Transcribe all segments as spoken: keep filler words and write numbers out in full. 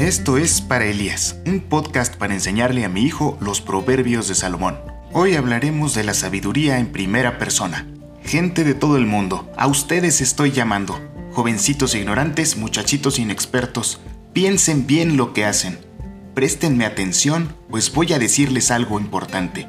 Esto es Para Elías, un podcast para enseñarle a mi hijo los proverbios de Salomón. Hoy hablaremos de la sabiduría en primera persona. Gente de todo el mundo, a ustedes estoy llamando. Jovencitos ignorantes, muchachitos inexpertos, piensen bien lo que hacen. Préstenme atención, pues voy a decirles algo importante.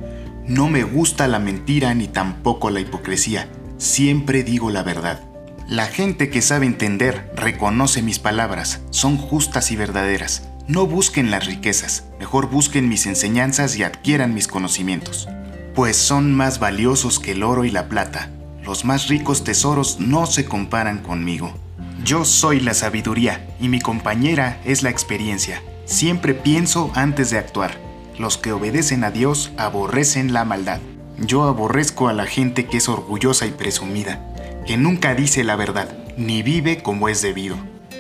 No me gusta la mentira ni tampoco la hipocresía. Siempre digo la verdad. La gente que sabe entender reconoce mis palabras, son justas y verdaderas. No busquen las riquezas, mejor busquen mis enseñanzas y adquieran mis conocimientos. Pues son más valiosos que el oro y la plata. Los más ricos tesoros no se comparan conmigo. Yo soy la sabiduría y mi compañera es la experiencia. Siempre pienso antes de actuar. Los que obedecen a Dios aborrecen la maldad. Yo aborrezco a la gente que es orgullosa y presumida, que nunca dice la verdad, ni vive como es debido.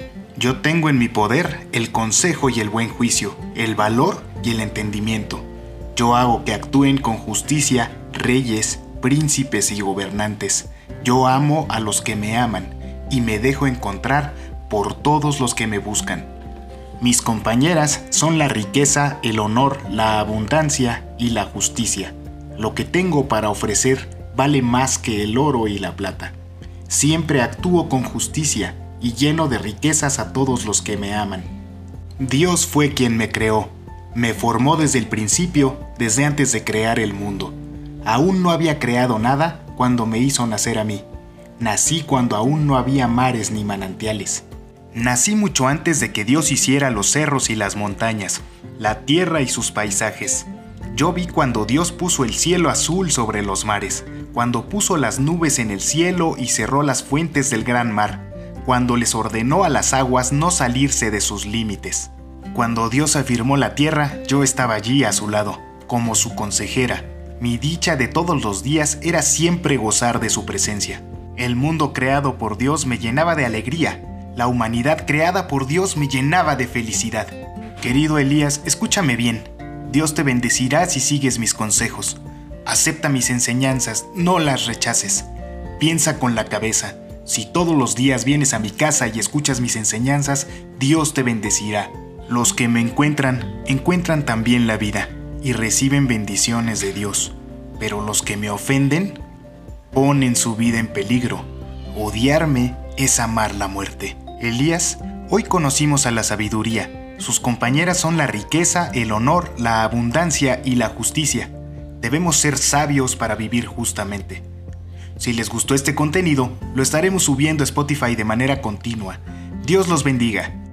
Yo tengo en mi poder el consejo y el buen juicio, el valor y el entendimiento. Yo hago que actúen con justicia reyes, príncipes y gobernantes. Yo amo a los que me aman y me dejo encontrar por todos los que me buscan. Mis compañeras son la riqueza, el honor, la abundancia y la justicia. Lo que tengo para ofrecer vale más que el oro y la plata. Siempre actúo con justicia y lleno de riquezas a todos los que me aman. Dios fue quien me creó. Me formó desde el principio, desde antes de crear el mundo. Aún no había creado nada cuando me hizo nacer a mí. Nací cuando aún no había mares ni manantiales. Nací mucho antes de que Dios hiciera los cerros y las montañas, la tierra y sus paisajes. Yo vi cuando Dios puso el cielo azul sobre los mares, cuando puso las nubes en el cielo y cerró las fuentes del gran mar, cuando les ordenó a las aguas no salirse de sus límites. Cuando Dios afirmó la tierra, yo estaba allí a su lado, como su consejera. Mi dicha de todos los días era siempre gozar de su presencia. El mundo creado por Dios me llenaba de alegría. La humanidad creada por Dios me llenaba de felicidad. Querido Elías, escúchame bien. Dios te bendecirá si sigues mis consejos. Acepta mis enseñanzas, no las rechaces. Piensa con la cabeza. Si todos los días vienes a mi casa y escuchas mis enseñanzas, Dios te bendecirá. Los que me encuentran, encuentran también la vida y reciben bendiciones de Dios. Pero los que me ofenden, ponen su vida en peligro. Odiarme es amar la muerte. Elías, hoy conocimos a la sabiduría. Sus compañeras son la riqueza, el honor, la abundancia y la justicia. Debemos ser sabios para vivir justamente. Si les gustó este contenido, lo estaremos subiendo a Spotify de manera continua. Dios los bendiga.